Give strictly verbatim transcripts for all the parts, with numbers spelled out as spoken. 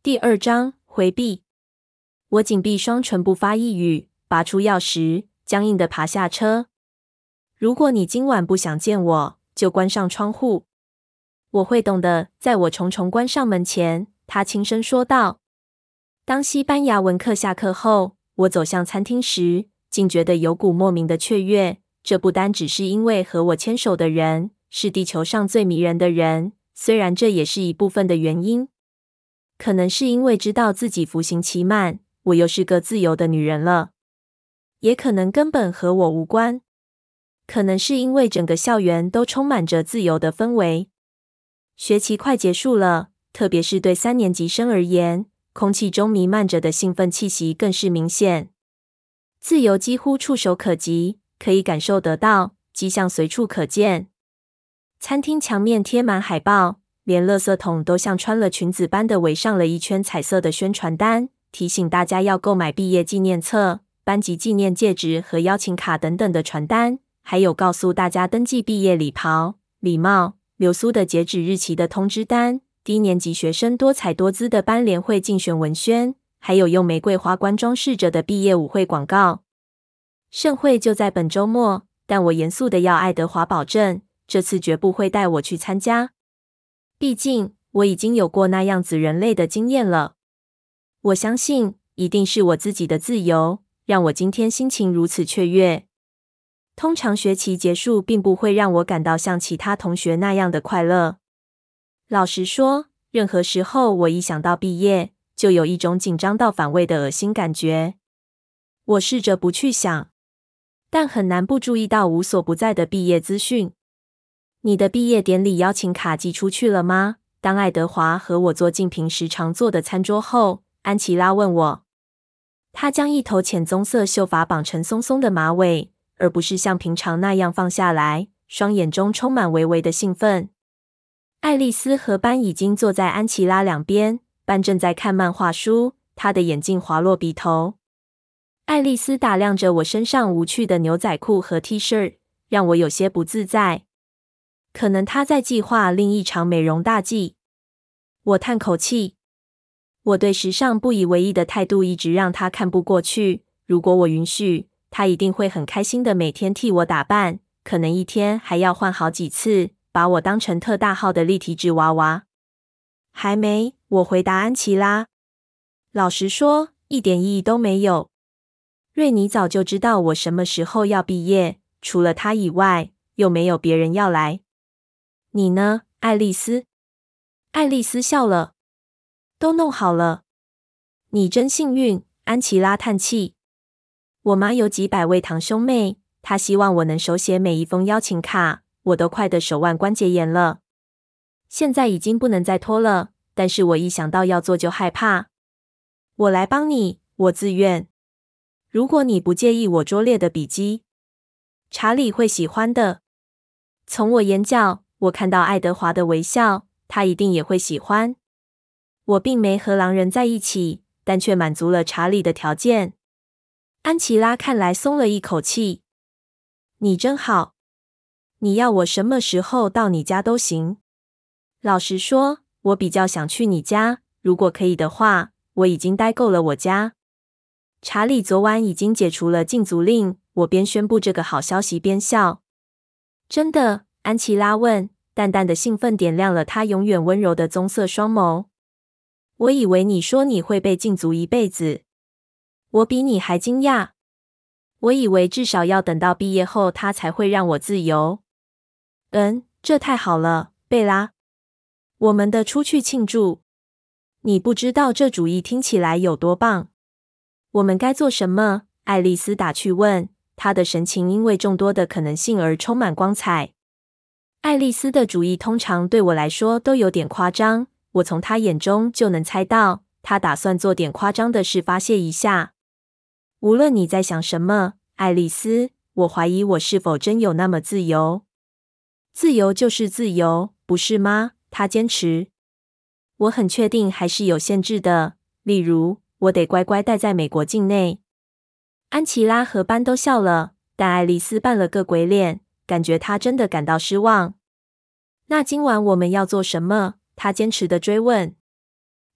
第二章回避。我紧闭双唇，不发一语，拔出钥匙，僵硬地爬下车。如果你今晚不想见我，就关上窗户。我会懂的。在我重重关上门前，他轻声说道。当西班牙文课下课后，我走向餐厅时，竟觉得有股莫名的雀跃。这不单只是因为和我牵手的人是地球上最迷人的人，虽然这也是一部分的原因。可能是因为知道自己服刑期满，我又是个自由的女人了，也可能根本和我无关。可能是因为整个校园都充满着自由的氛围。学期快结束了，特别是对三年级生而言，空气中弥漫着的兴奋气息更是明显。自由几乎触手可及，可以感受得到，迹象随处可见。餐厅墙面贴满海报，连垃圾桶都像穿了裙子般的围上了一圈彩色的宣传单，提醒大家要购买毕业纪念册、班级纪念戒指和邀请卡等等的传单，还有告诉大家登记毕业礼袍、礼帽、流苏的截止日期的通知单，低年级学生多彩多姿的班联会竞选文宣，还有用玫瑰花冠装饰着的毕业舞会广告。盛会就在本周末，但我严肃地要爱德华保证，这次绝不会带我去参加。毕竟，我已经有过那样子人类的经验了。我相信，一定是我自己的自由，让我今天心情如此雀跃。通常学期结束并不会让我感到像其他同学那样的快乐。老实说，任何时候我一想到毕业，就有一种紧张到反胃的恶心感觉。我试着不去想，但很难不注意到无所不在的毕业资讯。你的毕业典礼邀请卡寄出去了吗？当爱德华和我坐进平时常坐的餐桌后，安琪拉问我。她将一头浅棕色秀发绑成松松的马尾，而不是像平常那样放下来，双眼中充满微微的兴奋。爱丽丝和班已经坐在安琪拉两边，班正在看漫画书，她的眼镜滑落鼻头。爱丽丝打量着我身上无趣的牛仔裤和 T 恤，让我有些不自在。可能她在计划另一场美容大计。我叹口气。我对时尚不以为意的态度一直让她看不过去。如果我允许，她一定会很开心的每天替我打扮，可能一天还要换好几次，把我当成特大号的立体纸娃娃。还没，我回答安琪拉。老实说，一点意义都没有。瑞尼早就知道我什么时候要毕业，除了他以外，又没有别人要来。你呢，爱丽丝？爱丽丝笑了。都弄好了。你真幸运，安琪拉叹气。我妈有几百位堂兄妹，她希望我能手写每一封邀请卡，我都快得手腕关节炎了。现在已经不能再拖了，但是我一想到要做就害怕。我来帮你，我自愿。如果你不介意我拙劣的笔迹，查理会喜欢的。从我眼角，我看到爱德华的微笑，他一定也会喜欢。我并没和狼人在一起，但却满足了查理的条件。安琪拉看来松了一口气。你真好。你要我什么时候到你家都行。老实说，我比较想去你家，如果可以的话，我已经待够了我家。查理昨晚已经解除了禁足令，我边宣布这个好消息边笑。真的？安琪拉问，淡淡的兴奋点亮了她永远温柔的棕色双眸。我以为你说你会被禁足一辈子。我比你还惊讶。我以为至少要等到毕业后他才会让我自由。嗯，这太好了，贝拉。我们的出去庆祝。你不知道这主意听起来有多棒。我们该做什么？爱丽丝打趣问，她的神情因为众多的可能性而充满光彩。爱丽丝的主意通常对我来说都有点夸张，我从她眼中就能猜到，她打算做点夸张的事发泄一下。无论你在想什么，爱丽丝，我怀疑我是否真有那么自由。自由就是自由，不是吗？她坚持。我很确定还是有限制的，例如，我得乖乖待在美国境内。安琪拉和班都笑了，但爱丽丝扮了个鬼脸，感觉她真的感到失望。那今晚我们要做什么？她坚持地追问。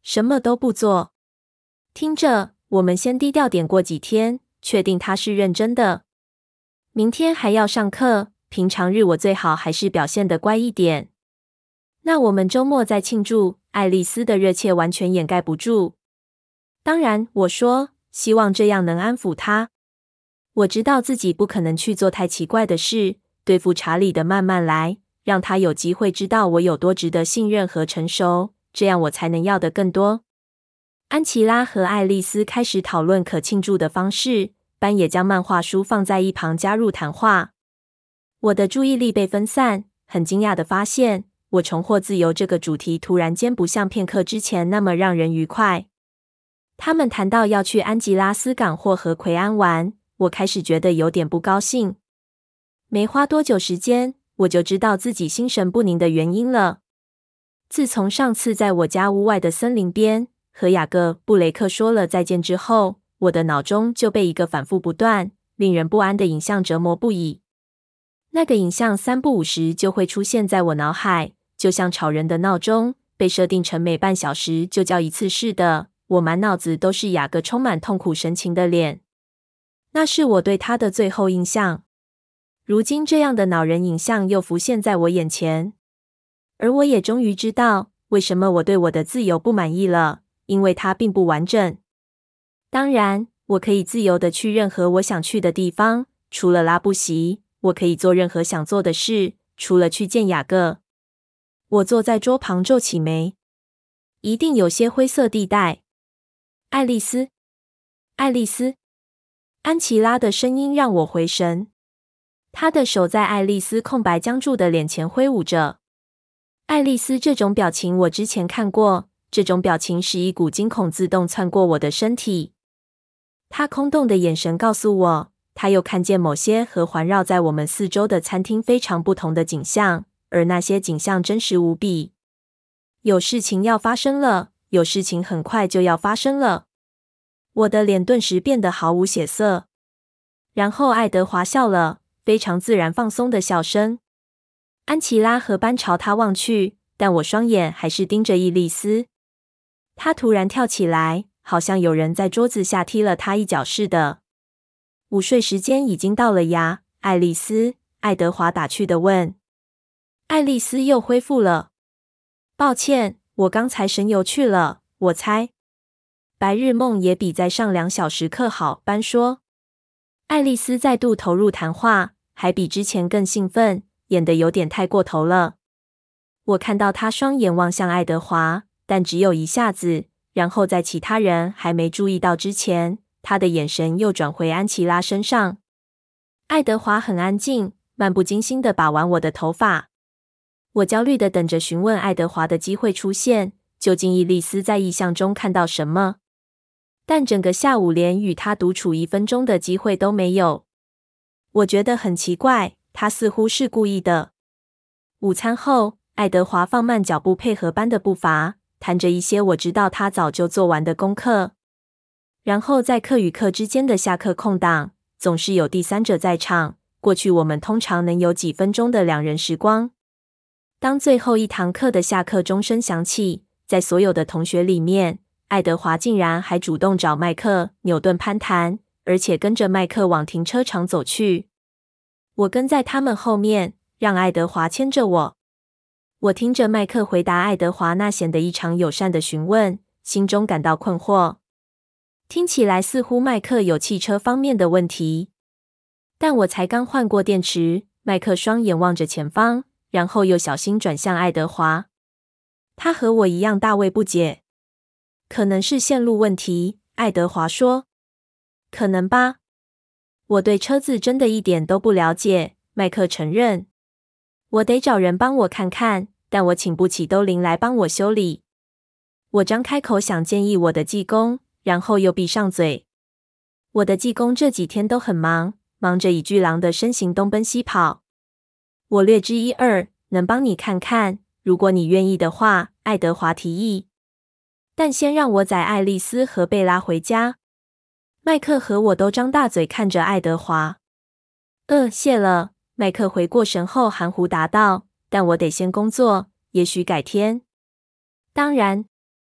什么都不做。听着，我们先低调点过几天，确定他是认真的。明天还要上课，平常日我最好还是表现得乖一点。那我们周末再庆祝。爱丽丝的热切完全掩盖不住。当然，我说，希望这样能安抚她。我知道自己不可能去做太奇怪的事，对付查理的慢慢来，让他有机会知道我有多值得信任和成熟，这样我才能要的更多。安琪拉和爱丽丝开始讨论可庆祝的方式，班也将漫画书放在一旁加入谈话。我的注意力被分散，很惊讶地发现，我重获自由这个主题突然间不像片刻之前那么让人愉快。他们谈到要去安吉拉斯港或和奎安玩，我开始觉得有点不高兴。没花多久时间，我就知道自己心神不宁的原因了。自从上次在我家屋外的森林边和雅各·布雷克说了再见之后，我的脑中就被一个反复不断、令人不安的影像折磨不已。那个影像三不五时就会出现在我脑海，就像吵人的闹钟，被设定成每半小时就叫一次似的。我满脑子都是雅各充满痛苦神情的脸，那是我对他的最后印象。如今这样的恼人影像又浮现在我眼前，而我也终于知道为什么我对我的自由不满意了，因为它并不完整。当然，我可以自由地去任何我想去的地方，除了拉布席，我可以做任何想做的事，除了去见雅各。我坐在桌旁皱起眉，一定有些灰色地带。爱丽丝，爱丽丝，安琪拉的声音让我回神。她的手在爱丽丝空白僵住的脸前挥舞着。爱丽丝这种表情我之前看过，这种表情使一股惊恐自动窜过我的身体。她空洞的眼神告诉我，她又看见某些和环绕在我们四周的餐厅非常不同的景象，而那些景象真实无比。有事情要发生了，有事情很快就要发生了。我的脸顿时变得毫无血色。然后爱德华笑了，非常自然放松的笑声。安琪拉和班朝他望去，但我双眼还是盯着伊丽丝。她突然跳起来，好像有人在桌子下踢了她一脚似的。午睡时间已经到了呀，爱丽丝，爱德华打趣地问。爱丽丝又恢复了。抱歉，我刚才神游去了，我猜。白日梦也比在上两小时课好，班说。爱丽丝再度投入谈话，还比之前更兴奋，演得有点太过头了。我看到她双眼望向爱德华，但只有一下子，然后在其他人还没注意到之前，她的眼神又转回安琪拉身上。爱德华很安静，漫不经心地把玩我的头发。我焦虑地等着询问爱德华的机会出现，究竟伊丽丝在意象中看到什么？但整个下午连与他独处一分钟的机会都没有。我觉得很奇怪，他似乎是故意的。午餐后，爱德华放慢脚步配合班的步伐，谈着一些我知道他早就做完的功课。然后在课与课之间的下课空档，总是有第三者在场，过去我们通常能有几分钟的两人时光。当最后一堂课的下课钟声响起，在所有的同学里面，爱德华竟然还主动找麦克牛顿攀谈，而且跟着麦克往停车场走去。我跟在他们后面，让爱德华牵着我。我听着麦克回答爱德华那显得异常友善的询问，心中感到困惑。听起来似乎麦克有汽车方面的问题。但我才刚换过电池，麦克双眼望着前方，然后又小心转向爱德华。他和我一样大为不解。可能是线路问题，爱德华说。可能吧。我对车子真的一点都不了解，麦克承认。我得找人帮我看看，但我请不起兜铃来帮我修理。我张开口想建议我的技工，然后又闭上嘴。我的技工这几天都很忙，忙着以巨狼的身形东奔西跑。我略知一二，能帮你看看，如果你愿意的话，爱德华提议。但先让我载爱丽丝和贝拉回家。麦克和我都张大嘴看着爱德华。呃，谢了。麦克回过神后含糊答道，但我得先工作，也许改天。当然。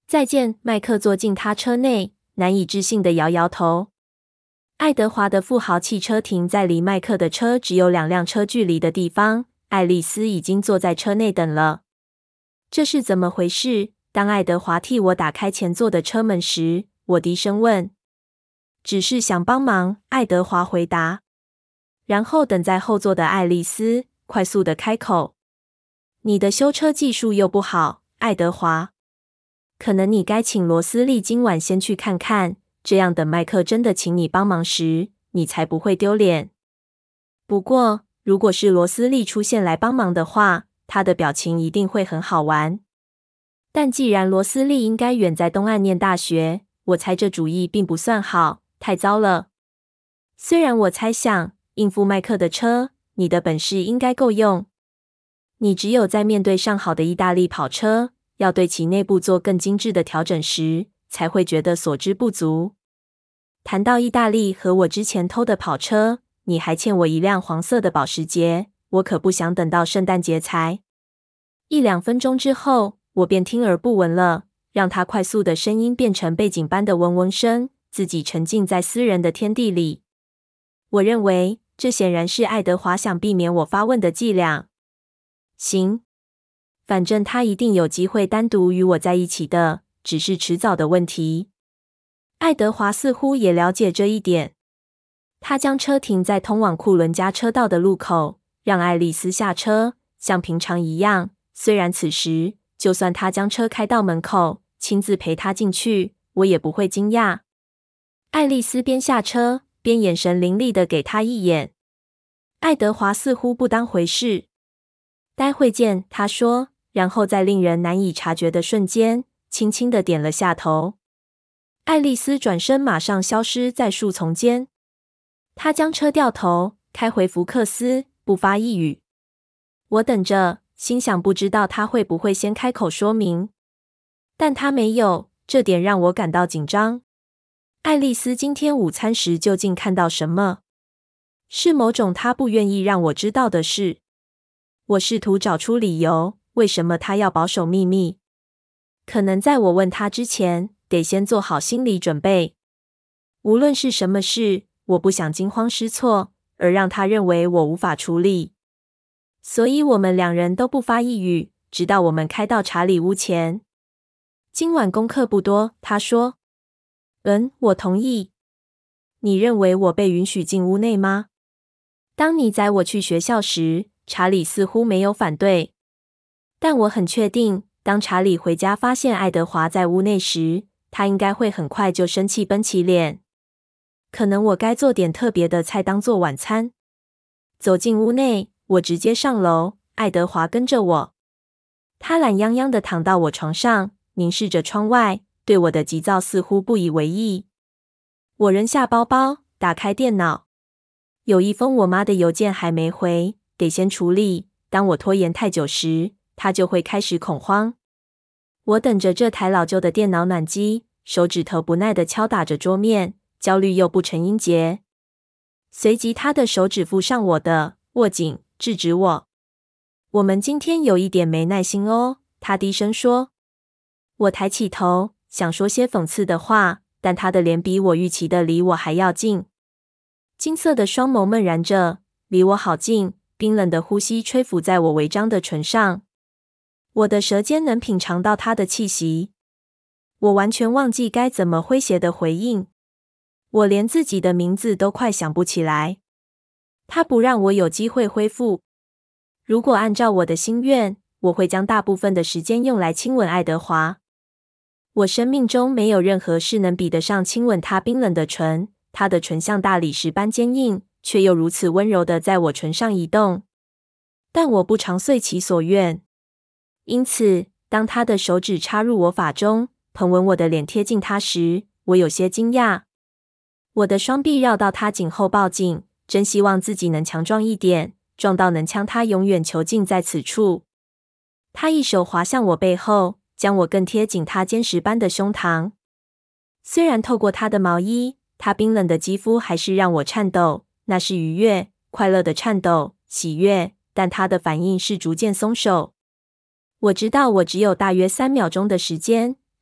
再见。麦克坐进他车内，难以置信地摇摇头。爱德华的富豪汽车停在离麦克的车只有两辆车距离的地方，爱丽丝已经坐在车内等了。这是怎么回事？当爱德华替我打开前座的车门时，我低声问。只是想帮忙，爱德华回答。然后等在后座的爱丽丝快速地开口。你的修车技术又不好，爱德华。可能你该请罗斯利今晚先去看看，这样等麦克真的请你帮忙时，你才不会丢脸。不过，如果是罗斯利出现来帮忙的话，他的表情一定会很好玩。但既然罗斯利应该远在东岸念大学，我猜这主意并不算好，太糟了。虽然我猜想，应付麦克的车，你的本事应该够用。你只有在面对上好的意大利跑车，要对其内部做更精致的调整时，才会觉得所知不足。谈到意大利和我之前偷的跑车，你还欠我一辆黄色的保时捷，我可不想等到圣诞节才。一两分钟之后，我便听而不闻了，让他快速的声音变成背景般的嗡嗡声，自己沉浸在私人的天地里。我认为，这显然是爱德华想避免我发问的伎俩。行，反正他一定有机会单独与我在一起的，只是迟早的问题。爱德华似乎也了解这一点。他将车停在通往库伦家车道的路口，让爱丽丝下车，像平常一样。虽然此时，就算他将车开到门口，亲自陪他进去，我也不会惊讶。爱丽丝边下车，边眼神凌厉地给他一眼。爱德华似乎不当回事。待会见，他说，然后在令人难以察觉的瞬间，轻轻地点了下头。爱丽丝转身，马上消失在树丛间。他将车掉头，开回福克斯，不发一语。我等着，心想不知道他会不会先开口说明。但他没有，这点让我感到紧张。爱丽丝今天午餐时究竟看到什么？是某种她不愿意让我知道的事。我试图找出理由，为什么她要保守秘密。可能在我问她之前，得先做好心理准备。无论是什么事，我不想惊慌失措，而让她认为我无法处理。所以我们两人都不发一语，直到我们开到查理屋前。今晚功课不多，他说。嗯，我同意。你认为我被允许进屋内吗？当你载我去学校时，查理似乎没有反对。但我很确定，当查理回家发现爱德华在屋内时，他应该会很快就生气绷起脸。可能我该做点特别的菜当做晚餐。走进屋内，我直接上楼，爱德华跟着我。他懒洋洋地躺到我床上，凝视着窗外，对我的急躁似乎不以为意。我扔下包包，打开电脑。有一封我妈的邮件还没回，得先处理。当我拖延太久时，她就会开始恐慌。我等着这台老旧的电脑暖机，手指头不耐地敲打着桌面，焦虑又不成音节。随即她的手指附上我的，握紧，制止我。我们今天有一点没耐心哦，她低声说。我抬起头，想说些讽刺的话，但他的脸比我预期的离我还要近。金色的双眸闷然着，离我好近，冰冷的呼吸吹拂在我微张的唇上。我的舌尖能品尝到他的气息。我完全忘记该怎么诙谐的回应。我连自己的名字都快想不起来。他不让我有机会恢复。如果按照我的心愿，我会将大部分的时间用来亲吻爱德华。我生命中没有任何事能比得上亲吻他冰冷的唇，他的唇像大理石般坚硬，却又如此温柔地在我唇上移动。但我不常遂其所愿。因此，当他的手指插入我发中，捧吻我的脸贴近他时，我有些惊讶。我的双臂绕到他颈后抱紧，真希望自己能强壮一点，壮到能将他永远囚禁在此处。他一手滑向我背后，将我更贴紧他坚实般的胸膛。虽然透过他的毛衣，他冰冷的肌肤还是让我颤抖，那是愉悦、快乐的颤抖，喜悦，但他的反应是逐渐松手。我知道我只有大约三秒钟的时间，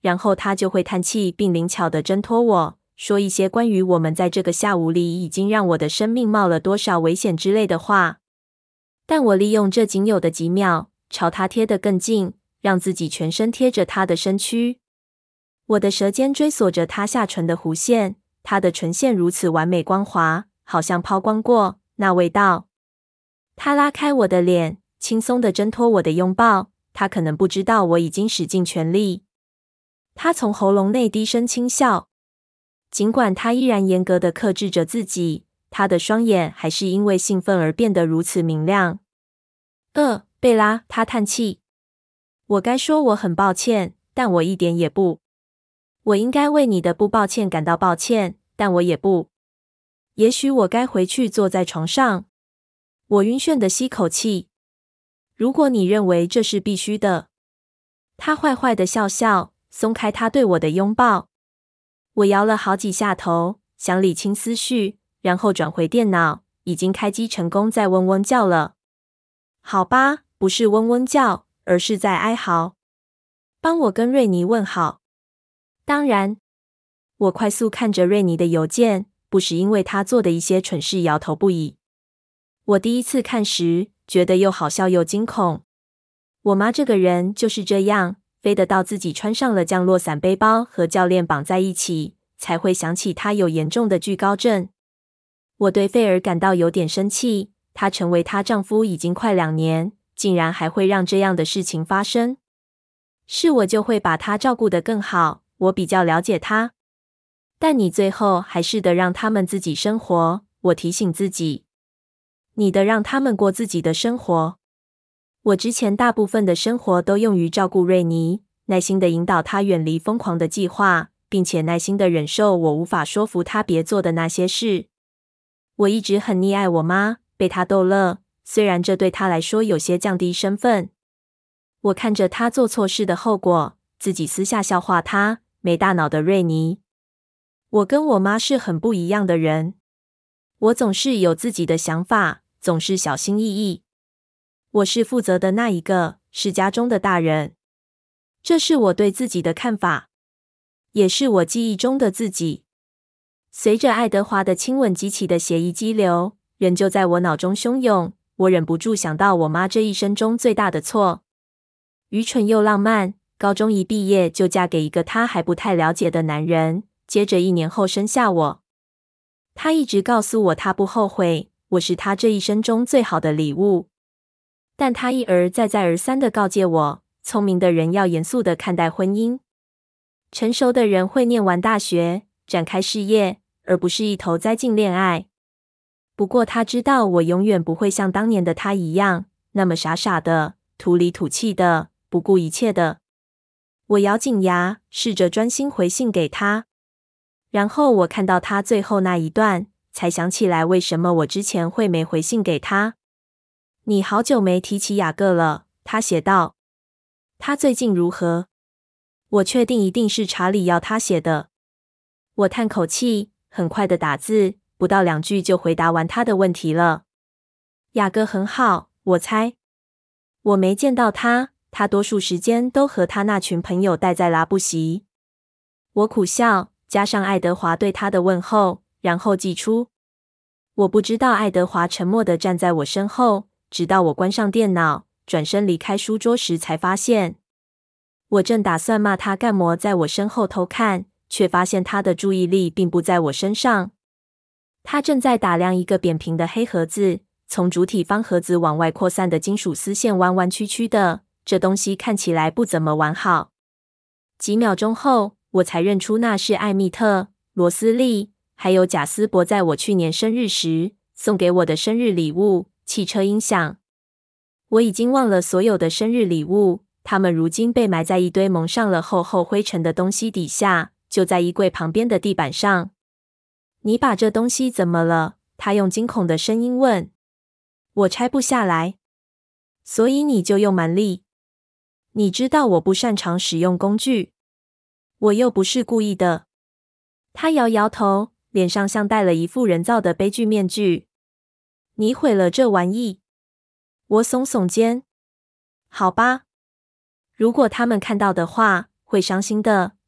然后他就会叹气，并灵巧地挣脱我，说一些关于我们在这个下午里已经让我的生命冒了多少危险之类的话。但我利用这仅有的几秒，朝他贴得更近，让自己全身贴着他的身躯。我的舌尖追索着他下唇的弧线，他的唇线如此完美光滑，好像抛光过，那味道。他拉开我的脸，轻松地挣脱我的拥抱。他可能不知道我已经使尽全力。他从喉咙内低声轻笑，尽管他依然严格地克制着自己，他的双眼还是因为兴奋而变得如此明亮。呃，贝拉，他叹气。我该说我很抱歉，但我一点也不。我应该为你的不抱歉感到抱歉，但我也不。也许我该回去坐在床上。我晕眩地吸口气。如果你认为这是必须的。他坏坏地笑笑，松开他对我的拥抱。我摇了好几下头，想理清思绪，然后转回电脑，已经开机成功，在嗡嗡叫了。好吧，不是嗡嗡叫，而是在哀嚎。帮我跟瑞尼问好。当然。我快速看着瑞尼的邮件，不时因为他做的一些蠢事摇头不已。我第一次看时，觉得又好笑又惊恐。我妈这个人就是这样，非得到自己穿上了降落伞背包和教练绑在一起，才会想起她有严重的惧高症。我对费尔感到有点生气，她成为她丈夫已经快两年，竟然还会让这样的事情发生。是我就会把她照顾得更好，我比较了解她。但你最后还是得让他们自己生活，我提醒自己。你得让他们过自己的生活。我之前大部分的生活都用于照顾瑞尼，耐心地引导他远离疯狂的计划，并且耐心地忍受我无法说服他别做的那些事。我一直很溺爱我妈，被她逗乐，虽然这对她来说有些降低身份。我看着她做错事的后果，自己私下笑话她，没大脑的瑞尼。我跟我妈是很不一样的人。我总是有自己的想法，总是小心翼翼。我是负责的那一个，是家中的大人。这是我对自己的看法，也是我记忆中的自己。随着爱德华的亲吻激起的血液激流，仍旧在我脑中汹涌，我忍不住想到我妈这一生中最大的错。愚蠢又浪漫，高中一毕业就嫁给一个她还不太了解的男人，接着一年后生下我。她一直告诉我她不后悔，我是她这一生中最好的礼物。但她一而再再而三地告诫我，聪明的人要严肃地看待婚姻。成熟的人会念完大学，展开事业，而不是一头栽进恋爱。不过她知道我永远不会像当年的她一样，那么傻傻的，土里土气的，不顾一切的。我咬紧牙，试着专心回信给她。然后我看到她最后那一段，才想起来为什么我之前会没回信给她。你好久没提起雅各了，她写道。他最近如何？我确定一定是查理要他写的。我叹口气，很快的打字，不到两句就回答完他的问题了。雅各很好，我猜。我没见到他，他多数时间都和他那群朋友待在拉布席。我苦笑，加上爱德华对他的问候，然后寄出。我不知道爱德华沉默地站在我身后，直到我关上电脑，转身离开书桌时才发现。我正打算骂他干嘛在我身后偷看，却发现他的注意力并不在我身上。他正在打量一个扁平的黑盒子，从主体方盒子往外扩散的金属丝线弯弯曲曲的，这东西看起来不怎么完好。几秒钟后，我才认出那是艾米特、罗斯利还有贾斯伯在我去年生日时送给我的生日礼物——汽车音响。我已经忘了所有的生日礼物，它们如今被埋在一堆蒙上了厚厚灰尘的东西底下，就在衣柜旁边的地板上。你把这东西怎么了？他用惊恐的声音问。我拆不下来。所以你就用蛮力。你知道我不擅长使用工具。我又不是故意的。他摇摇头，脸上像戴了一副人造的悲剧面具。你毁了这玩意。我耸耸肩。好吧。如果他们看到的话，会伤心的，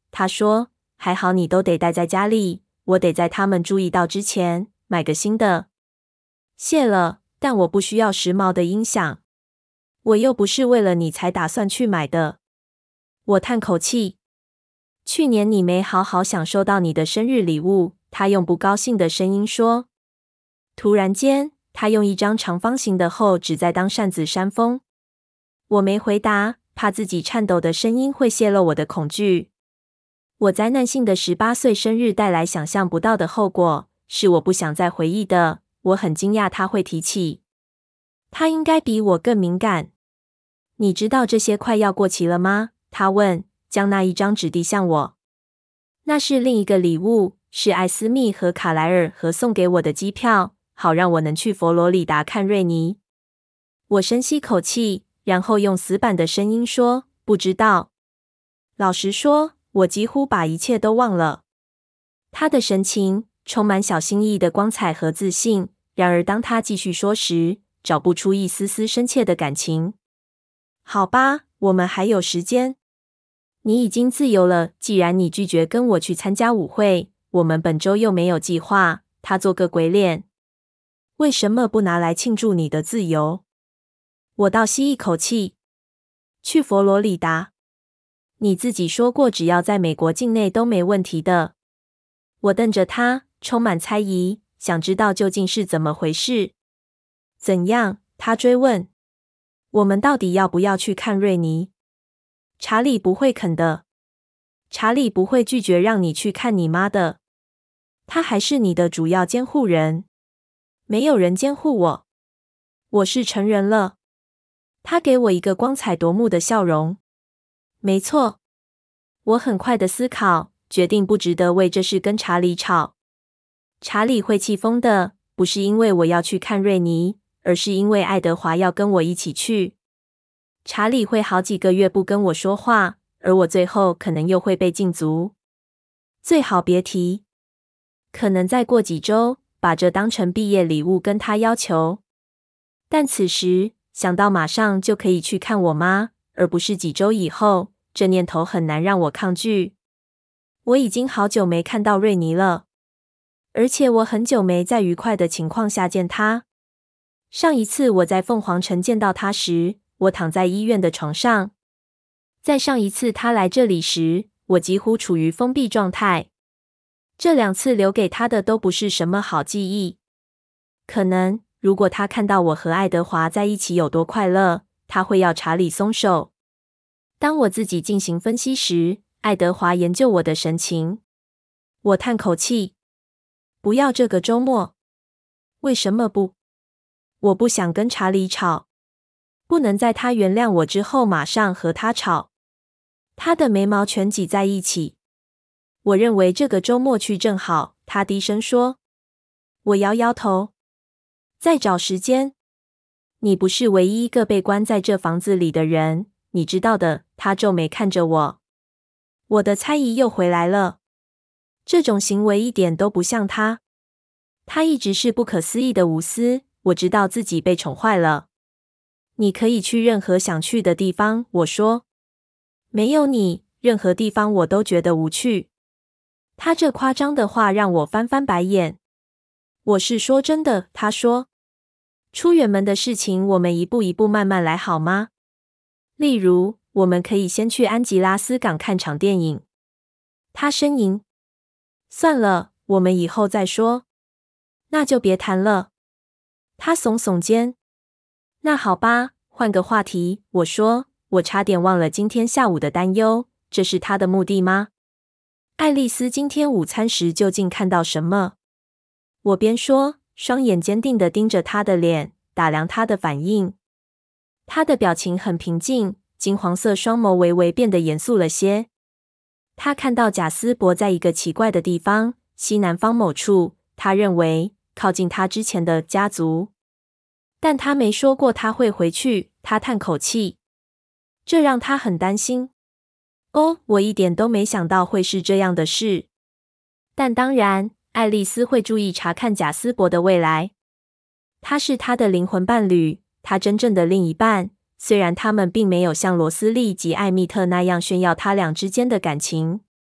他说，还好你都得待在家里，我得在他们注意到之前买个新的。谢了，但我不需要时髦的音响。我又不是为了你才打算去买的。我叹口气。去年你没好好享受到你的生日礼物，他用不高兴的声音说。突然间，他用一张长方形的厚纸在当扇子扇风。我没回答，怕自己颤抖的声音会泄露我的恐惧。我灾难性的十八岁生日带来想象不到的后果，是我不想再回忆的。我很惊讶他会提起。他应该比我更敏感。你知道这些快要过期了吗？他问，将那一张纸递向我。那是另一个礼物，是艾斯密和卡莱尔合送给我的机票，好让我能去佛罗里达看瑞尼。我深吸口气，然后用死板的声音说，不知道。老实说，我几乎把一切都忘了。他的神情充满小心翼翼的光彩和自信，然而当他继续说时，找不出一丝丝深切的感情。好吧，我们还有时间。你已经自由了，既然你拒绝跟我去参加舞会，我们本周又没有计划。他做个鬼脸。为什么不拿来庆祝你的自由？我倒吸一口气。去佛罗里达。你自己说过只要在美国境内都没问题的。我瞪着他，充满猜疑，想知道究竟是怎么回事。怎样？他追问。我们到底要不要去看瑞尼？查理不会肯的。查理不会拒绝让你去看你妈的。他还是你的主要监护人。没有人监护我。我是成人了。他给我一个光彩夺目的笑容。没错。我很快的思考，决定不值得为这事跟查理吵。查理会气疯的，不是因为我要去看瑞尼，而是因为爱德华要跟我一起去。查理会好几个月不跟我说话，而我最后可能又会被禁足。最好别提。可能再过几周，把这当成毕业礼物跟他要求。但此时想到马上就可以去看我妈，而不是几周以后，这念头很难让我抗拒。我已经好久没看到瑞尼了，而且我很久没在愉快的情况下见他。上一次我在凤凰城见到他时，我躺在医院的床上。在上一次他来这里时，我几乎处于封闭状态。这两次留给他的都不是什么好记忆。可能，如果他看到我和爱德华在一起有多快乐，他会要查理松手。当我自己进行分析时，爱德华研究我的神情。我叹口气。不要这个周末。为什么不？我不想跟查理吵。不能在他原谅我之后马上和他吵。他的眉毛全挤在一起。我认为这个周末去正好，他低声说。我摇摇头。再找时间。你不是唯一一个被关在这房子里的人，你知道的。他皱眉看着我。我的猜疑又回来了。这种行为一点都不像他。他一直是不可思议的无私，我知道自己被宠坏了。你可以去任何想去的地方，我说。没有你，任何地方我都觉得无趣。他这夸张的话让我翻翻白眼。我是说真的，他说。出远门的事情我们一步一步慢慢来好吗？例如，我们可以先去安吉拉斯港看场电影。他呻吟。算了，我们以后再说。那就别谈了。他耸耸肩。那好吧，换个话题，我说。我差点忘了今天下午的担忧，这是他的目的吗？爱丽丝今天午餐时究竟看到什么？我边说，双眼坚定地盯着他的脸，打量他的反应。他的表情很平静，金黄色双眸微微变得严肃了些。他看到贾斯伯在一个奇怪的地方，西南方某处，他认为靠近他之前的家族。但他没说过他会回去，他叹口气。这让他很担心。哦，我一点都没想到会是这样的事。但当然，爱丽丝会注意查看贾斯伯的未来。他是他的灵魂伴侣，他真正的另一半，虽然他们并没有像罗斯利及艾米特那样炫耀他俩之间的感情。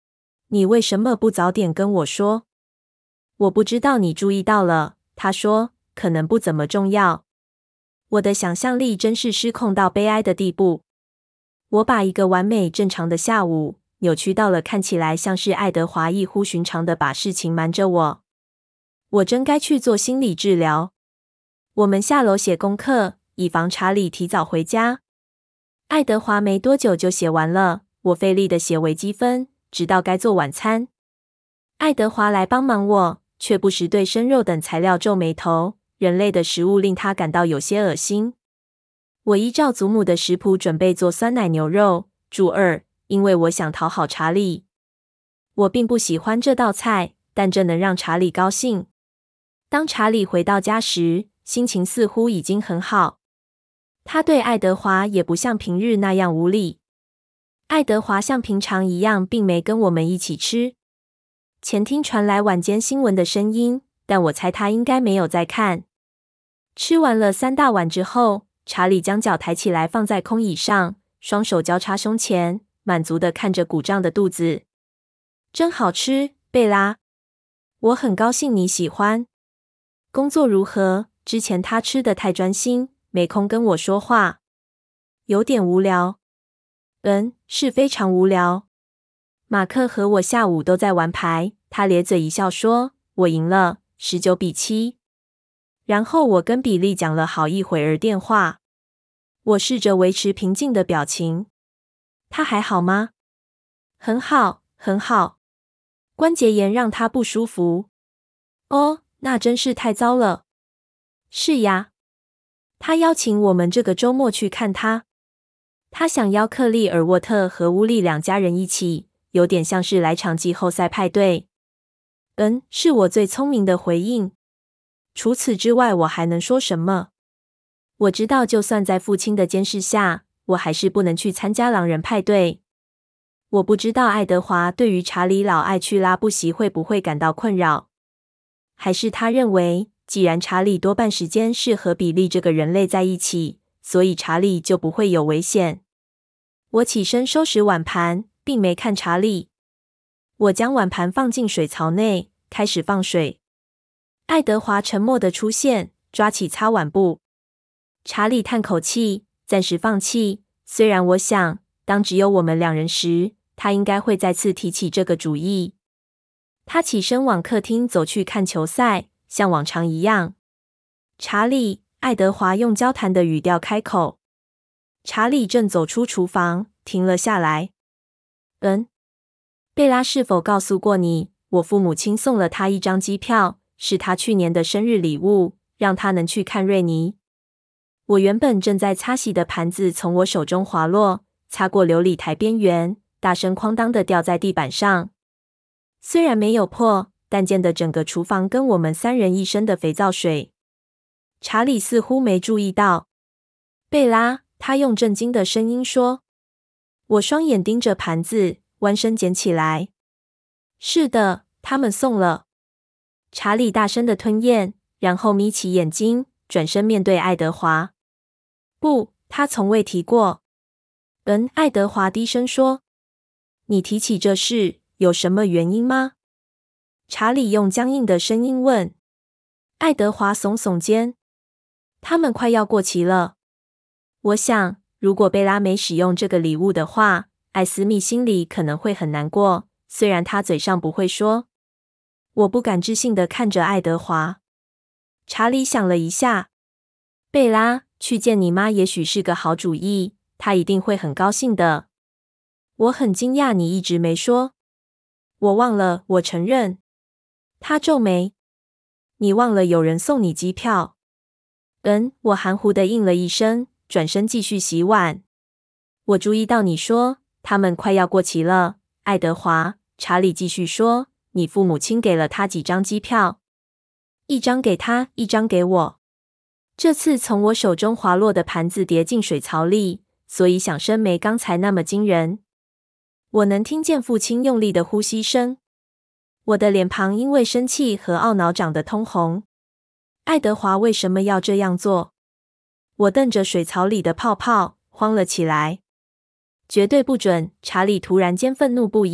你为什么不早点跟我说？我不知道你注意到了，他说，可能不怎么重要。我的想象力真是失控到悲哀的地步。我把一个完美正常的下午扭曲到了看起来像是爱德华异乎寻常的把事情瞒着我。我真该去做心理治疗。我们下楼写功课，以防查理提早回家。爱德华没多久就写完了，我费力的写微积分，直到该做晚餐。爱德华来帮忙我，却不时对生肉等材料皱眉头。人类的食物令他感到有些恶心。我依照祖母的食谱准备做酸奶牛肉，注二，因为我想讨好查理。我并不喜欢这道菜，但这能让查理高兴。当查理回到家时，心情似乎已经很好。他对爱德华也不像平日那样无礼。爱德华像平常一样，并没跟我们一起吃。前厅传来晚间新闻的声音，但我猜他应该没有在看。吃完了三大碗之后，查理将脚抬起来放在空椅上，双手交叉胸前，满足地看着鼓胀的肚子。真好吃，贝拉。我很高兴你喜欢。工作如何？之前他吃得太专心，没空跟我说话。有点无聊。嗯，是非常无聊。马克和我下午都在玩牌，他咧嘴一笑说，我赢了，十九比七。然后我跟比利讲了好一会儿电话。我试着维持平静的表情。他还好吗？很好，很好。关节炎让他不舒服。哦，那真是太糟了。是呀。他邀请我们这个周末去看他。他想邀克利尔沃特和乌利两家人一起，有点像是来场季后赛派对。嗯，是我最聪明的回应。除此之外，我还能说什么？我知道，就算在父亲的监视下，我还是不能去参加狼人派对。我不知道爱德华对于查理老爱去拉布席会不会感到困扰，还是他认为，既然查理多半时间是和比利这个人类在一起，所以查理就不会有危险。我起身收拾碗盘，并没看查理。我将碗盘放进水槽内，开始放水。爱德华沉默地出现，抓起擦碗布。查理叹口气，暂时放弃。虽然我想，当只有我们两人时，他应该会再次提起这个主意。他起身往客厅走去看球赛，像往常一样。查理，爱德华用交谈的语调开口。查理正走出厨房，停了下来。嗯，贝拉是否告诉过你，我父母亲送了他一张机票，是他去年的生日礼物，让他能去看瑞尼。我原本正在擦洗的盘子从我手中滑落，擦过琉璃台边缘，大声哐当地掉在地板上。虽然没有破，但溅得整个厨房跟我们三人一身的肥皂水。查理似乎没注意到。贝拉，他用震惊的声音说。我双眼盯着盘子，弯身捡起来。是的，他们送了。查理大声的吞咽，然后眯起眼睛，转身面对爱德华。不，他从未提过。嗯，爱德华低声说。你提起这事，有什么原因吗？查理用僵硬的声音问。爱德华耸耸肩。他们快要过期了。我想，如果贝拉没使用这个礼物的话，艾斯密心里可能会很难过，虽然他嘴上不会说。我不敢置信地看着爱德华。查理想了一下。贝拉，去见你妈也许是个好主意，她一定会很高兴的。我很惊讶你一直没说。我忘了，我承认。他皱眉。你忘了有人送你机票。嗯，我含糊地应了一声，转身继续洗碗。我注意到你说，他们快要过期了，爱德华。查理继续说，你父母亲给了他几张机票？一张给他，一张给我。这次从我手中滑落的盘子跌进水槽里，所以响声没刚才那么惊人。我能听见父亲用力的呼吸声。我的脸庞因为生气和懊恼长得通红。爱德华为什么要这样做？我瞪着水槽里的泡泡，慌了起来。绝对不准！查理突然间愤怒不已，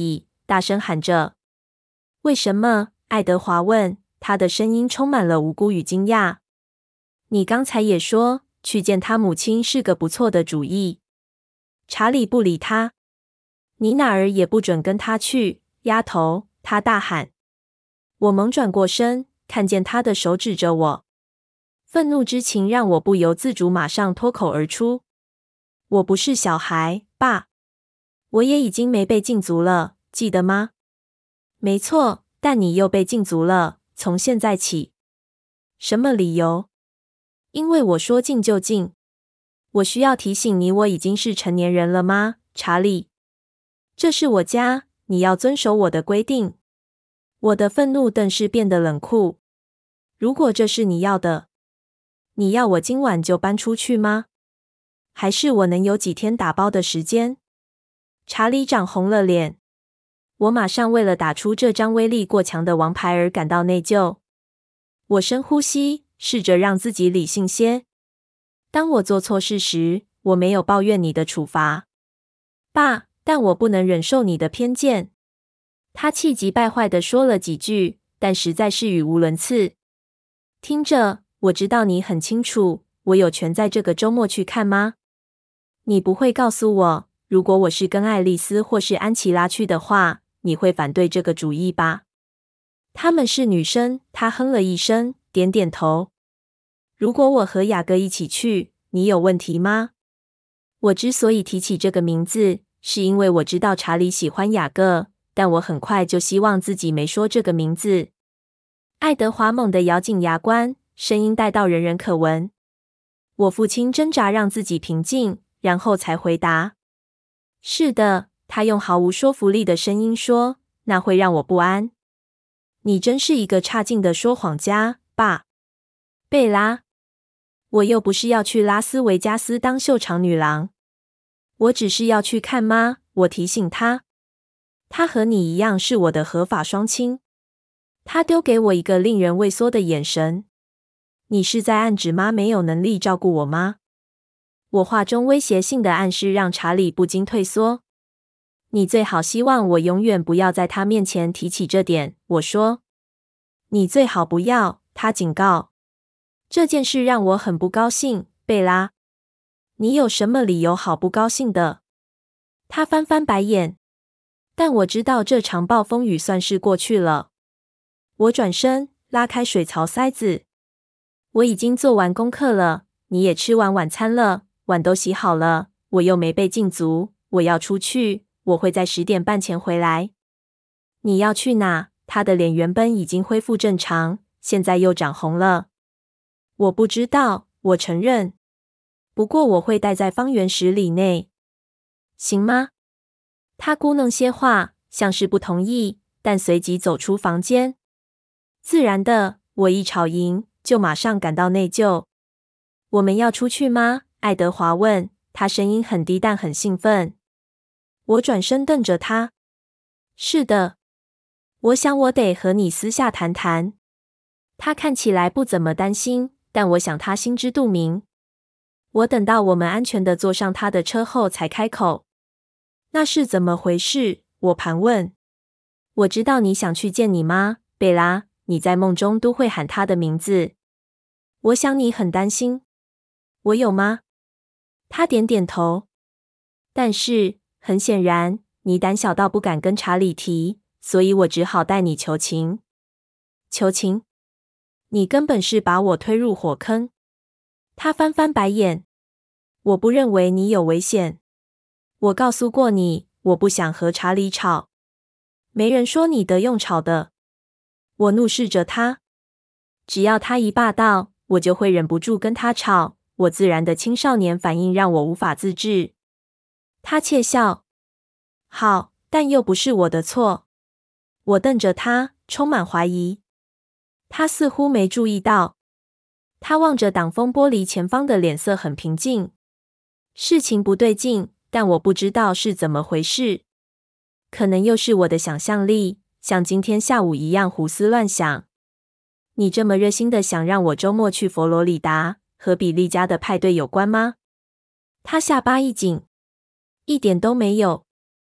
大声喊着。为什么？爱德华问，他的声音充满了无辜与惊讶。你刚才也说去见他母亲是个不错的主意。查理不理他。你哪儿也不准跟他去，丫头！他大喊。我猛转过身，看见他的手指着我。愤怒之情让我不由自主马上脱口而出。我不是小孩，爸。我也已经没被禁足了，记得吗？没错，但你又被禁足了，从现在起。什么理由？因为我说禁就禁。我需要提醒你我已经是成年人了吗，查理？这是我家，你要遵守我的规定。我的愤怒顿时变得冷酷。如果这是你要的，你要我今晚就搬出去吗？还是我能有几天打包的时间？查理涨红了脸。我马上为了打出这张威力过强的王牌而感到内疚。我深呼吸，试着让自己理性些。当我做错事时，我没有抱怨你的处罚，爸，但我不能忍受你的偏见。他气急败坏地说了几句，但实在是语无伦次。听着，我知道你很清楚，我有权在这个周末去看吗？你不会告诉我，如果我是跟爱丽丝或是安琪拉去的话，你会反对这个主意吧？她们是女生，他哼了一声，点点头。如果我和雅各一起去，你有问题吗？我之所以提起这个名字，是因为我知道查理喜欢雅各，但我很快就希望自己没说这个名字。爱德华猛地咬紧牙关，声音带到人人可闻。我父亲挣扎让自己平静，然后才回答：是的。他用毫无说服力的声音说，那会让我不安。你真是一个差劲的说谎家，爸。贝拉，我又不是要去拉斯维加斯当秀场女郎。我只是要去看妈，我提醒他。他和你一样是我的合法双亲。他丢给我一个令人畏缩的眼神。你是在暗指妈没有能力照顾我吗？我话中威胁性的暗示让查理不禁退缩。你最好希望我永远不要在他面前提起这点，我说。你最好不要，他警告。这件事让我很不高兴，贝拉。你有什么理由好不高兴的？他翻翻白眼。但我知道这场暴风雨算是过去了。我转身，拉开水槽塞子。我已经做完功课了，你也吃完晚餐了，碗都洗好了，我又没被禁足，我要出去，我会在十点半前回来。你要去哪？他的脸原本已经恢复正常，现在又长红了。我不知道，我承认。不过我会待在方圆十里内。行吗？他咕哝些话，像是不同意，但随即走出房间。自然的，我一吵赢，就马上感到内疚。我们要出去吗？爱德华问，他声音很低但很兴奋。我转身瞪着他。是的。我想我得和你私下谈谈。他看起来不怎么担心，但我想他心知肚明。我等到我们安全地坐上他的车后才开口。那是怎么回事？我盘问。我知道你想去见你妈，贝拉，你在梦中都会喊她的名字。我想你很担心。我有吗？他点点头。但是，很显然，你胆小到不敢跟查理提，所以我只好带你求情。求情？你根本是把我推入火坑。他翻翻白眼。我不认为你有危险。我告诉过你，我不想和查理吵。没人说你得用吵的。我怒视着他。只要他一霸道，我就会忍不住跟他吵。我自然的青少年反应让我无法自制。他窃笑。好，但又不是我的错。我瞪着他，充满怀疑。他似乎没注意到。他望着挡风玻璃前方的脸色很平静。事情不对劲，但我不知道是怎么回事。可能又是我的想象力，像今天下午一样胡思乱想。你这么热心的想让我周末去佛罗里达，和比利家的派对有关吗？他下巴一紧。一点都没有。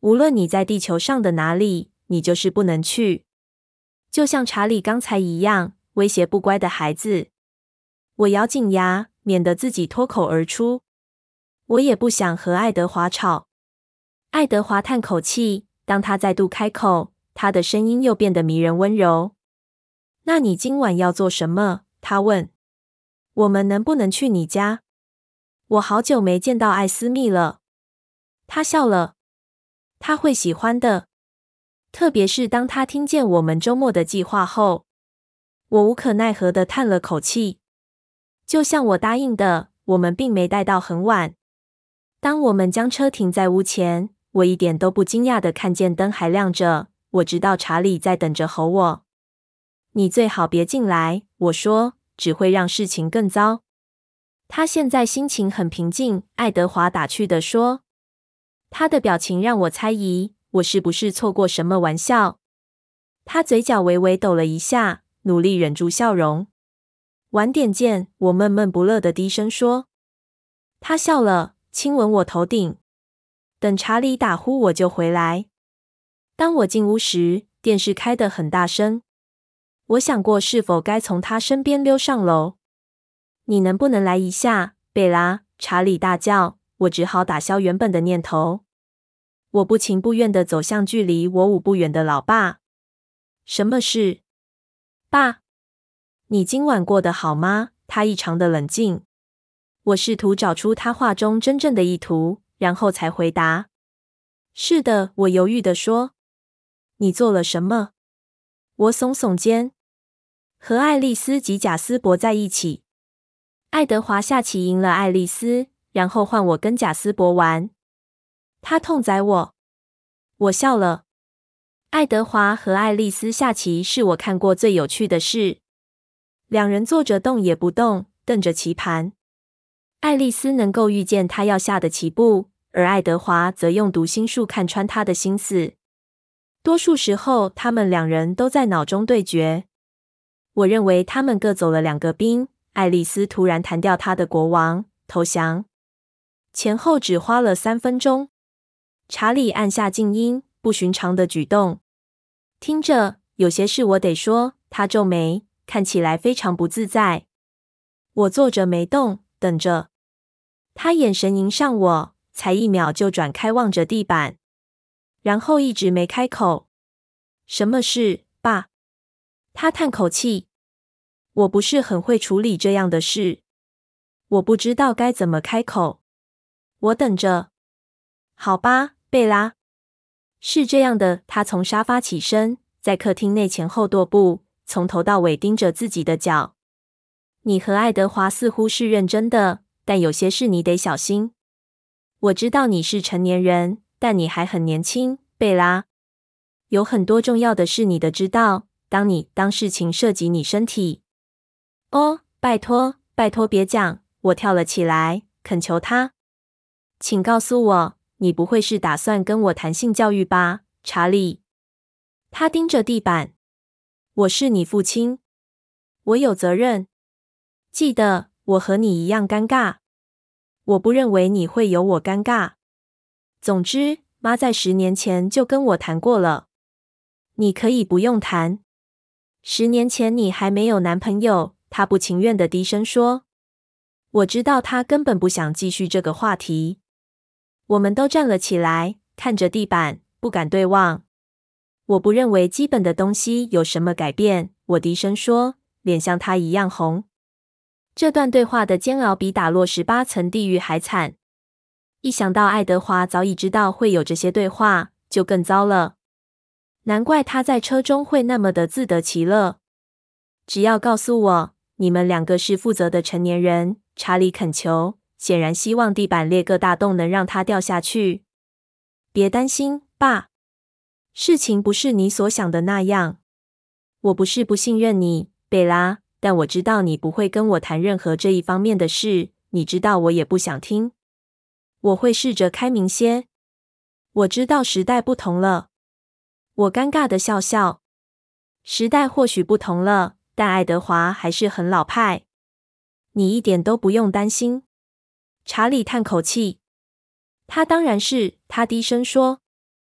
无论你在地球上的哪里，你就是不能去。就像查理刚才一样，威胁不乖的孩子。我咬紧牙，免得自己脱口而出。我也不想和爱德华吵。爱德华叹口气，当他再度开口，他的声音又变得迷人温柔。那你今晚要做什么？他问。我们能不能去你家？我好久没见到艾斯密了。他笑了。他会喜欢的。特别是当他听见我们周末的计划后。我无可奈何地叹了口气。就像我答应的，我们并没待到很晚。当我们将车停在屋前，我一点都不惊讶地看见灯还亮着。我知道查理在等着吼我。你最好别进来，我说，只会让事情更糟。他现在心情很平静，爱德华打趣地说。他的表情让我猜疑，我是不是错过什么玩笑。他嘴角微微抖了一下，努力忍住笑容。晚点见，我闷闷不乐地低声说。他笑了，亲吻我头顶。等查理打呼我就回来。当我进屋时，电视开得很大声。我想过是否该从他身边溜上楼。你能不能来一下，贝拉？查理大叫。我只好打消原本的念头。我不情不愿地走向距离我五步远的老爸。什么事？爸，你今晚过得好吗？他异常的冷静。我试图找出他话中真正的意图，然后才回答。是的，我犹豫地说。你做了什么？我耸耸肩。和爱丽丝及贾斯伯在一起。爱德华下棋赢了爱丽丝，然后换我跟贾斯伯玩。他痛宰我。我笑了。爱德华和爱丽丝下棋是我看过最有趣的事。两人坐着动也不动，瞪着棋盘。爱丽丝能够预见他要下的棋步，而爱德华则用读心术看穿他的心思。多数时候，他们两人都在脑中对决。我认为他们各走了两个兵。爱丽丝突然弹掉她的国王，投降。前后只花了三分钟。查理按下静音，不寻常的举动。听着，有些事我得说。他皱眉，看起来非常不自在。我坐着没动，等着。他眼神迎上我，才一秒就转开望着地板，然后一直没开口。什么事，爸？他叹口气。我不是很会处理这样的事。我不知道该怎么开口。我等着。好吧，贝拉。是这样的，他从沙发起身，在客厅内前后踱步，从头到尾盯着自己的脚。你和爱德华似乎是认真的，但有些事你得小心。我知道你是成年人，但你还很年轻，贝拉。有很多重要的事你得知道，当你当事情涉及你身体。哦，拜托，拜托别讲！我跳了起来，恳求他。请告诉我，你不会是打算跟我谈性教育吧，查理？他盯着地板。我是你父亲，我有责任。记得，我和你一样尴尬。我不认为你会有我尴尬。总之，妈在十年前就跟我谈过了。你可以不用谈。十年前你还没有男朋友。他不情愿地低声说。我知道他根本不想继续这个话题。我们都站了起来，看着地板，不敢对望。我不认为基本的东西有什么改变，我低声说，脸像他一样红。这段对话的煎熬比打落十八层地狱还惨。一想到爱德华早已知道会有这些对话，就更糟了。难怪他在车中会那么的自得其乐。只要告诉我，你们两个是负责的成年人，查理恳求，显然希望地板裂个大洞能让他掉下去。别担心，爸。事情不是你所想的那样。我不是不信任你，贝拉，但我知道你不会跟我谈任何这一方面的事，你知道我也不想听。我会试着开明些。我知道时代不同了。我尴尬地笑笑。时代或许不同了，但爱德华还是很老派。你一点都不用担心。查理叹口气。他当然是，他低声说。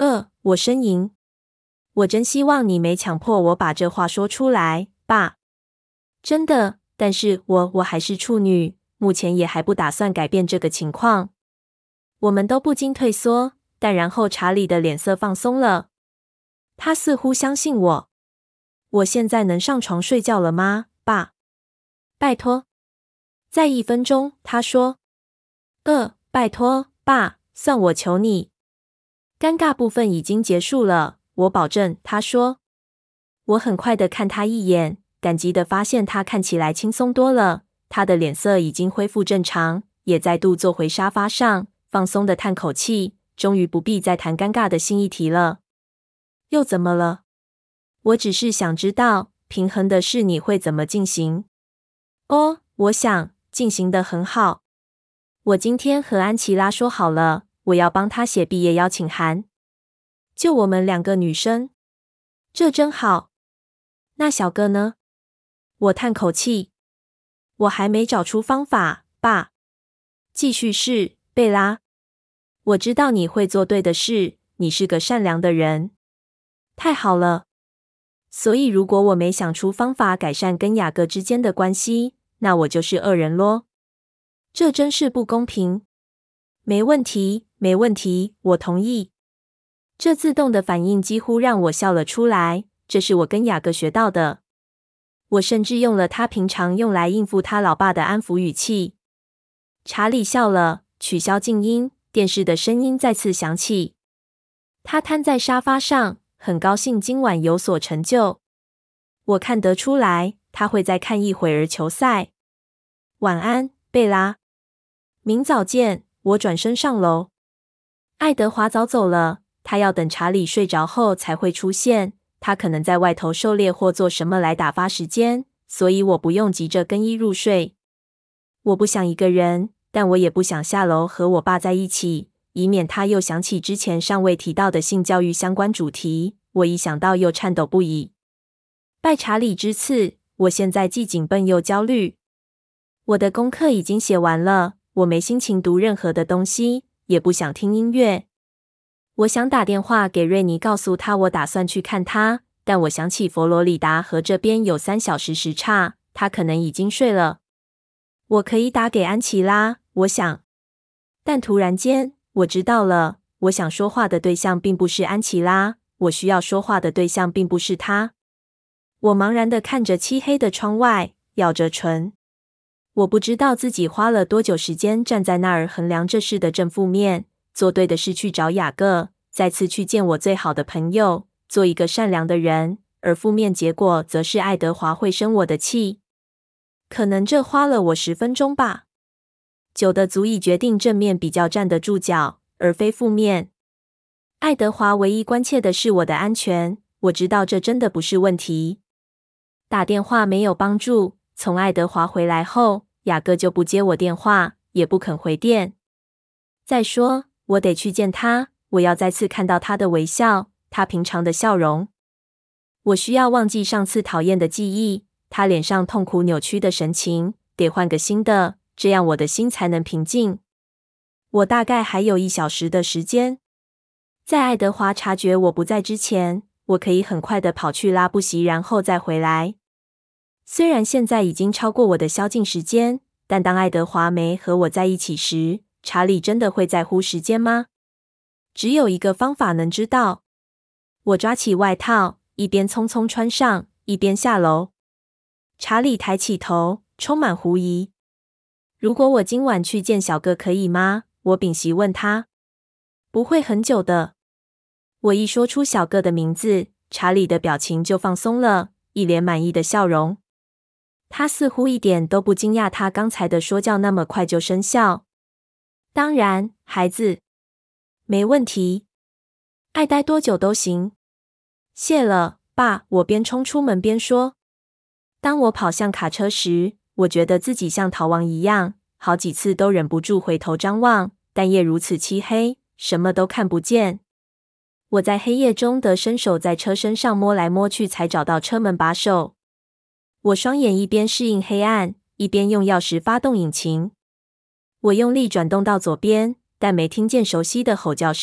呃，我呻吟。我真希望你没强迫我把这话说出来，爸。真的，但是我我还是处女，目前也还不打算改变这个情况。我们都不禁退缩，但然后查理的脸色放松了。他似乎相信我。我现在能上床睡觉了吗，爸？拜托。再一分钟，他说。呃，拜托，爸，算我求你。尴尬部分已经结束了，我保证，他说。我很快的看他一眼，感激的发现他看起来轻松多了，他的脸色已经恢复正常，也再度坐回沙发上，放松的叹口气，终于不必再谈尴尬的新议题了。又怎么了？我只是想知道，平衡的事你会怎么进行？哦，我想进行得很好。我今天和安琪拉说好了，我要帮她写毕业邀请函。就我们两个女生。这真好。那小哥呢？我叹口气。我还没找出方法，爸。继续是，贝拉。我知道你会做对的事，你是个善良的人。太好了。所以如果我没想出方法改善跟雅各之间的关系，那我就是恶人咯。这真是不公平。没问题，没问题，我同意。这自动的反应几乎让我笑了出来，这是我跟雅各学到的。我甚至用了他平常用来应付他老爸的安抚语气。查理笑了，取消静音，电视的声音再次响起。他瘫在沙发上，很高兴今晚有所成就。我看得出来，他会再看一会儿球赛。晚安，贝拉。明早见。我转身上楼。爱德华早走了，他要等查理睡着后才会出现。他可能在外头狩猎或做什么来打发时间，所以我不用急着更衣入睡。我不想一个人，但我也不想下楼和我爸在一起，以免他又想起之前尚未提到的性教育相关主题。我一想到又颤抖不已。拜查理之赐，我现在既紧绷又焦虑。我的功课已经写完了，我没心情读任何的东西，也不想听音乐。我想打电话给瑞尼，告诉他我打算去看他，但我想起佛罗里达和这边有三小时时差，他可能已经睡了。我可以打给安琪拉，我想。但突然间，我知道了，我想说话的对象并不是安琪拉，我需要说话的对象并不是他。我茫然地看着漆黑的窗外，咬着唇。我不知道自己花了多久时间站在那儿衡量这事的正负面。做对的事去找雅各，再次去见我最好的朋友，做一个善良的人，而负面结果则是爱德华会生我的气。可能这花了我十分钟吧，久的足以决定正面比较站得住脚，而非负面。爱德华唯一关切的是我的安全，我知道这真的不是问题。打电话没有帮助，从爱德华回来后，雅各就不接我电话，也不肯回电。再说，我得去见他，我要再次看到他的微笑，他平常的笑容。我需要忘记上次讨厌的记忆，他脸上痛苦扭曲的神情，得换个新的，这样我的心才能平静。我大概还有一小时的时间。在爱德华察觉我不在之前，我可以很快的跑去拉布席，然后再回来。虽然现在已经超过我的宵禁时间，但当爱德华没和我在一起时，查理真的会在乎时间吗？只有一个方法能知道。我抓起外套，一边匆匆穿上，一边下楼。查理抬起头，充满狐疑。如果我今晚去见小哥可以吗？我屏息问他。不会很久的。我一说出小哥的名字，查理的表情就放松了，一脸满意的笑容。他似乎一点都不惊讶他刚才的说教那么快就生效。当然，孩子。没问题。爱待多久都行。谢了，爸，我边冲出门边说。当我跑向卡车时，我觉得自己像逃亡一样，好几次都忍不住回头张望，但夜如此漆黑，什么都看不见。我在黑夜中得伸手在车身上摸来摸去，才找到车门把手。我双眼一边适应黑暗，一边用钥匙发动引擎。我用力转动到左边，但没听见熟悉的吼叫声，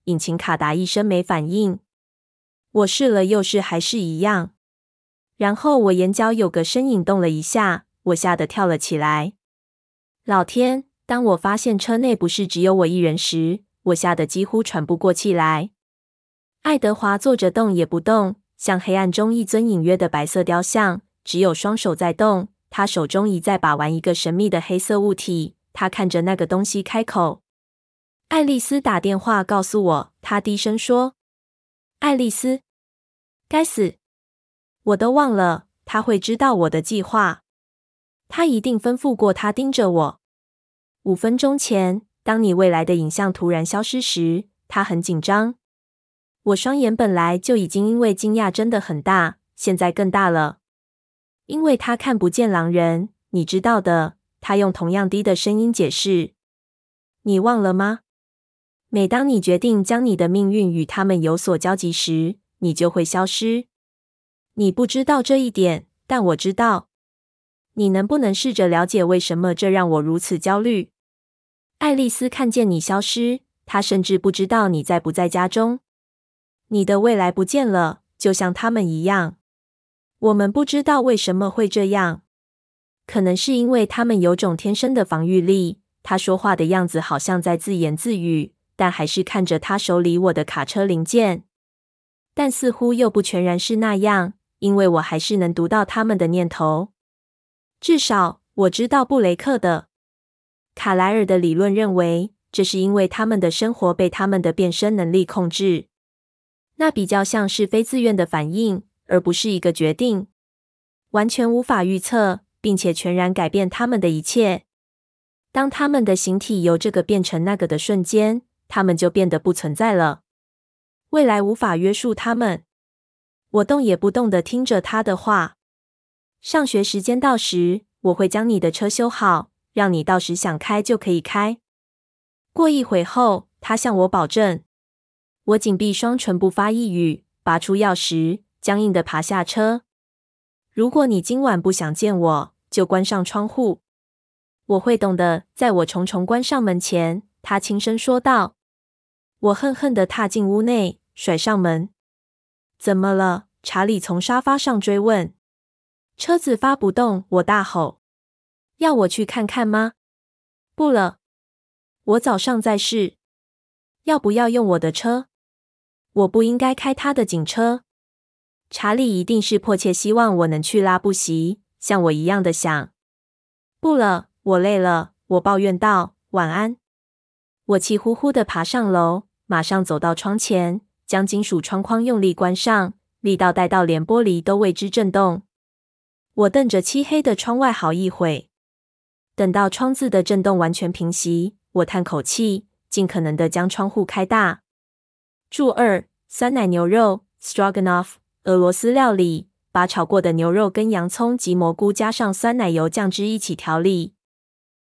引擎卡达一声没反应。我试了又试，还是一样。然后我眼角有个身影动了一下，我吓得跳了起来。老天！当我发现车内不是只有我一人时，我吓得几乎喘不过气来。爱德华坐着动也不动，像黑暗中一尊隐约的白色雕像，只有双手在动。他手中一再把玩一个神秘的黑色物体。他看着那个东西开口：“爱丽丝打电话告诉我。”他低声说：“爱丽丝，该死，我都忘了，他会知道我的计划。他一定吩咐过他盯着我。五分钟前，当你未来的影像突然消失时，他很紧张。我双眼本来就已经因为惊讶真的很大，现在更大了。因为他看不见狼人，你知道的。”他用同样低的声音解释：“你忘了吗？每当你决定将你的命运与他们有所交集时，你就会消失。你不知道这一点，但我知道。你能不能试着了解为什么这让我如此焦虑？”爱丽丝看见你消失，她甚至不知道你在不在家中。你的未来不见了，就像他们一样。我们不知道为什么会这样。可能是因为他们有种天生的防御力。他说话的样子好像在自言自语，但还是看着他手里我的卡车零件。但似乎又不全然是那样，因为我还是能读到他们的念头。至少我知道布雷克的。卡莱尔的理论认为，这是因为他们的生活被他们的变身能力控制。那比较像是非自愿的反应，而不是一个决定。完全无法预测，并且全然改变他们的一切。当他们的形体由这个变成那个的瞬间，他们就变得不存在了。未来无法约束他们。我动也不动地听着他的话。上学时间到时，我会将你的车修好，让你到时想开就可以开。过一会后，他向我保证。我紧闭双唇，不发一语，拔出钥匙，僵硬地爬下车。如果你今晚不想见我，就关上窗户。我会懂的。在我重重关上门前，他轻声说道。我恨恨地踏进屋内，甩上门。怎么了？查理从沙发上追问。车子发不动，我大吼。要我去看看吗？不了，我早上再试。要不要用我的车？我不应该开他的警车。查理一定是迫切希望我能去拉布席，像我一样的想。不了，我累了，我抱怨道。晚安。我气呼呼地爬上楼，马上走到窗前，将金属窗框用力关上，力道带到连玻璃都为之震动。我瞪着漆黑的窗外好一会，等到窗子的震动完全平息，我叹口气，尽可能地将窗户开大。注二：酸奶牛肉 Stroganoff， 俄罗斯料理，把炒过的牛肉跟洋葱及蘑菇加上酸奶油酱汁一起调理。